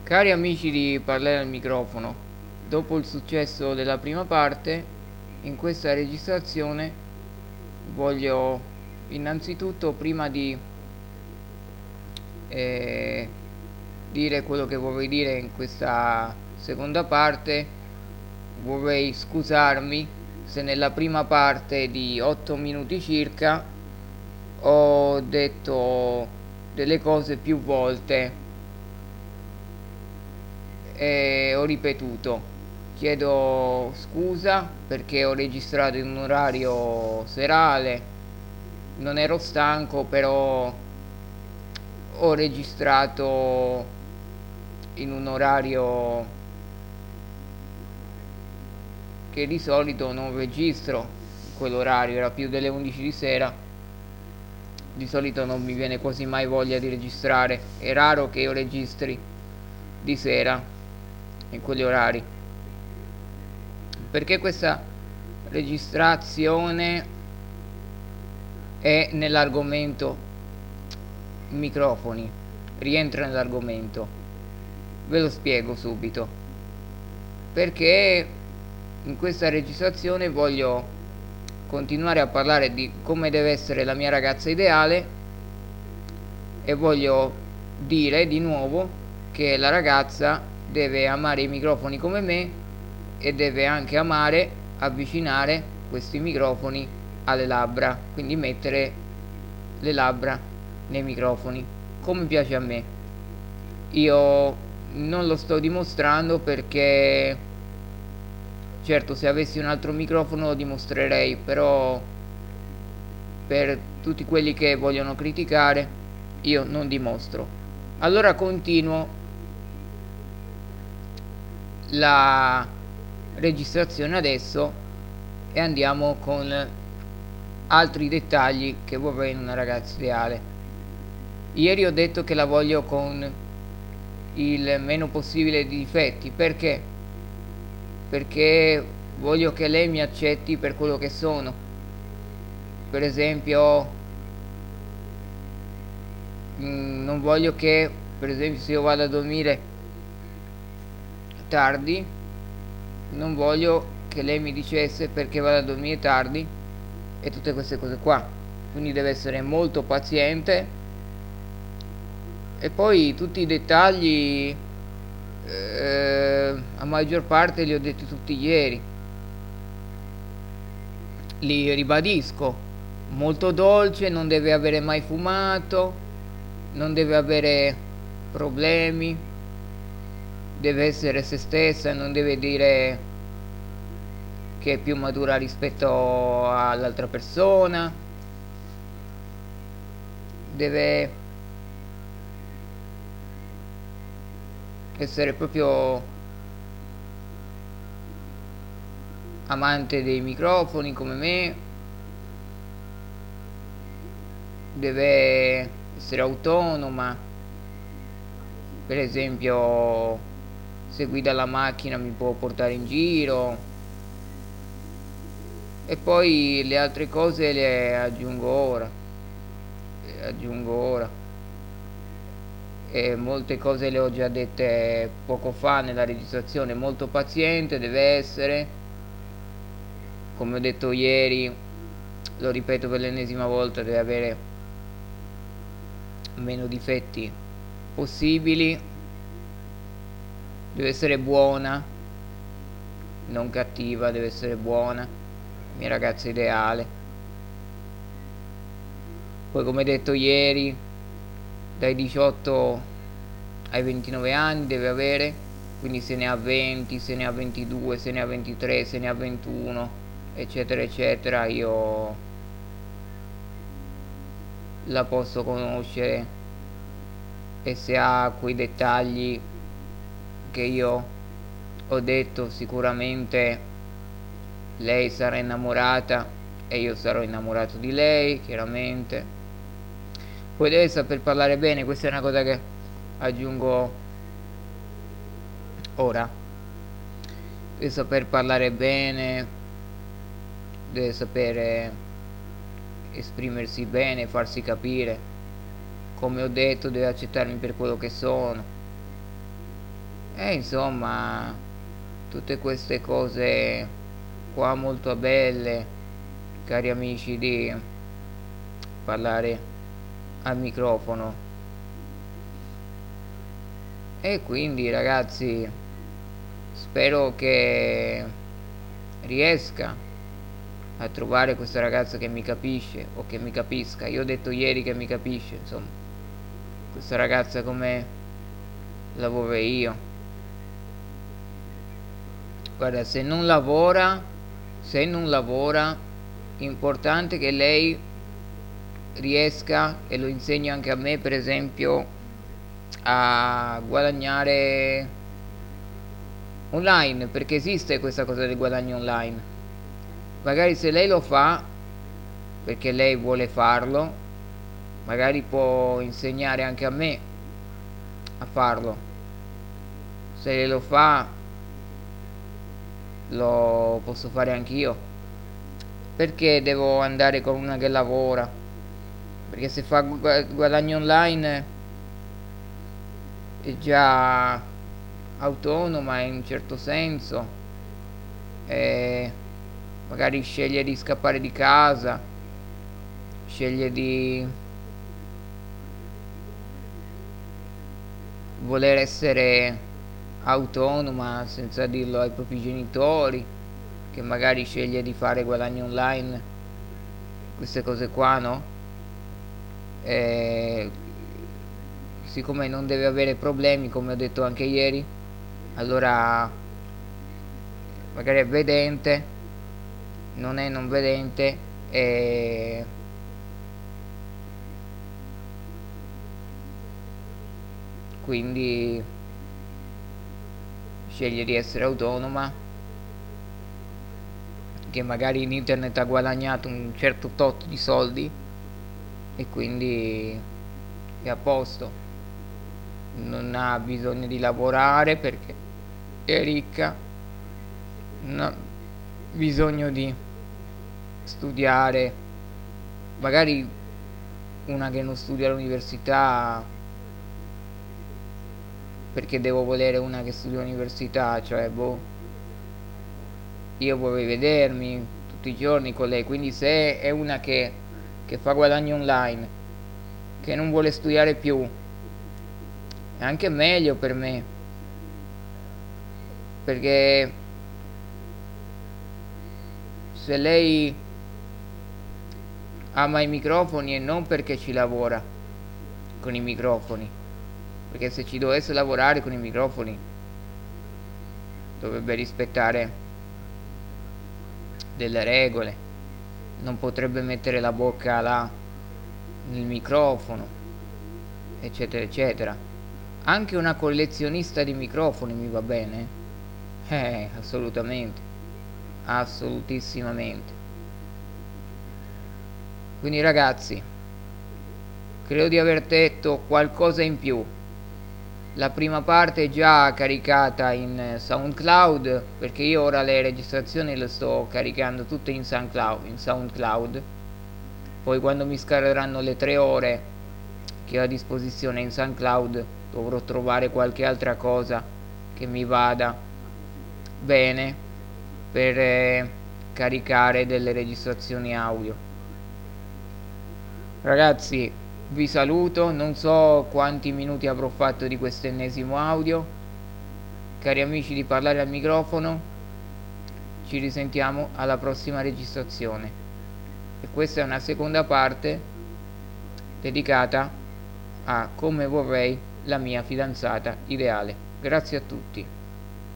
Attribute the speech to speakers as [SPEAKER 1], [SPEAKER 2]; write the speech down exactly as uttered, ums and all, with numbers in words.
[SPEAKER 1] Cari amici di Parlare al microfono, dopo il successo della prima parte, in questa registrazione voglio innanzitutto, prima di eh, dire quello che vorrei dire in questa seconda parte, vorrei scusarmi se nella prima parte di otto minuti circa ho detto delle cose più volte e ho ripetuto. Chiedo scusa perché ho registrato in un orario serale, non ero stanco, però ho registrato in un orario che di solito non registro. Quell'orario era più delle undici di sera, di solito non mi viene quasi mai voglia di registrare, è raro che io registri di sera in quegli orari. Perché questa registrazione è nell'argomento microfoni, rientra nell'argomento. Ve lo spiego subito. Perché in questa registrazione voglio continuare a parlare di come deve essere la mia ragazza ideale e voglio dire di nuovo che la ragazza deve amare i microfoni come me e deve anche amare avvicinare questi microfoni alle labbra, quindi mettere le labbra nei microfoni come piace a me. Io non lo sto dimostrando perché certo se avessi un altro microfono lo dimostrerei, però per tutti quelli che vogliono criticare io non dimostro. Allora continuo la registrazione adesso e andiamo con altri dettagli che vorrei in una ragazza ideale. Ieri ho detto che la voglio con il meno possibile di difetti. Perché? Perché voglio che lei mi accetti per quello che sono. Per esempio, mh, non voglio che, per esempio, se io vado a dormire tardi, non voglio che lei mi dicesse perché vado a dormire tardi e tutte queste cose qua. Quindi deve essere molto paziente. E poi tutti i dettagli eh, a maggior parte li ho detti tutti ieri, li ribadisco. Molto dolce, non deve avere mai fumato, non deve avere problemi, deve essere se stessa e non deve dire che è più matura rispetto all'altra persona, deve essere proprio amante dei microfoni come me, deve essere autonoma. Per esempio, se guida la macchina mi può portare in giro. E poi le altre cose le aggiungo ora. Le aggiungo ora. E molte cose le ho già dette poco fa nella registrazione. Molto paziente deve essere, come ho detto ieri, lo ripeto per l'ennesima volta, deve avere meno difetti possibili, deve essere buona, non cattiva, deve essere buona, mia ragazza ideale. Poi, come detto ieri, dai diciotto ai ventinove anni deve avere, quindi se ne ha venti, se ne ha ventidue, se ne ha ventitré, se ne ha ventuno, eccetera eccetera, io la posso conoscere, e se ha quei dettagli che io ho detto sicuramente lei sarà innamorata e io sarò innamorato di lei, chiaramente. Poi deve saper parlare bene, questa è una cosa che aggiungo ora. Deve saper parlare bene, deve sapere esprimersi bene, farsi capire. Come ho detto, deve accettarmi per quello che sono. e insomma tutte queste cose qua molto belle, cari amici, di parlare al microfono. E quindi ragazzi, spero che riesca a trovare questa ragazza che mi capisce, o che mi capisca. Io ho detto ieri che mi capisce, insomma, questa ragazza come la vorrei io. Guarda, se non lavora, se non lavora, importante che lei riesca, e lo insegno anche a me per esempio, a guadagnare online, perché esiste questa cosa del guadagno online. Magari se lei lo fa perché lei vuole farlo, magari può insegnare anche a me a farlo. Se lei lo fa, lo posso fare anch'io. Perché devo andare con una che lavora? Perché se fa guadagno online è già autonoma in un certo senso, e magari sceglie di scappare di casa, sceglie di voler essere autonoma senza dirlo ai propri genitori, che magari sceglie di fare guadagno online, queste cose qua, no? E siccome non deve avere problemi, come ho detto anche ieri, allora magari è vedente, non è non vedente, e quindi sceglie di essere autonoma, che magari in internet ha guadagnato un certo tot di soldi e quindi è a posto, non ha bisogno di lavorare perché è ricca, non ha bisogno di studiare. Magari una che non studia all'università, perché devo volere una che studia all'università? Cioè, boh, io vorrei vedermi tutti i giorni con lei. Quindi se è una che, che fa guadagno online, che non vuole studiare più, è anche meglio per me, perché se lei ama i microfoni, e non perché ci lavora con i microfoni, perché se ci dovesse lavorare con i microfoni dovrebbe rispettare delle regole, non potrebbe mettere la bocca là nel microfono, eccetera eccetera. Anche una collezionista di microfoni mi va bene, eh, assolutamente, assolutissimamente. Quindi ragazzi, credo di aver detto qualcosa in più. La prima parte è già caricata in SoundCloud, perché io ora le registrazioni le sto caricando tutte in SoundCloud, in SoundCloud. Poi quando mi scaricheranno le tre ore che ho a disposizione in SoundCloud, dovrò trovare qualche altra cosa che mi vada bene per eh, caricare delle registrazioni audio. Ragazzi, vi saluto, non so quanti minuti avrò fatto di questo ennesimo audio. Cari amici di Parlare al Microfono, ci risentiamo alla prossima registrazione. E questa è una seconda parte dedicata a come vorrei la mia fidanzata ideale. Grazie a tutti.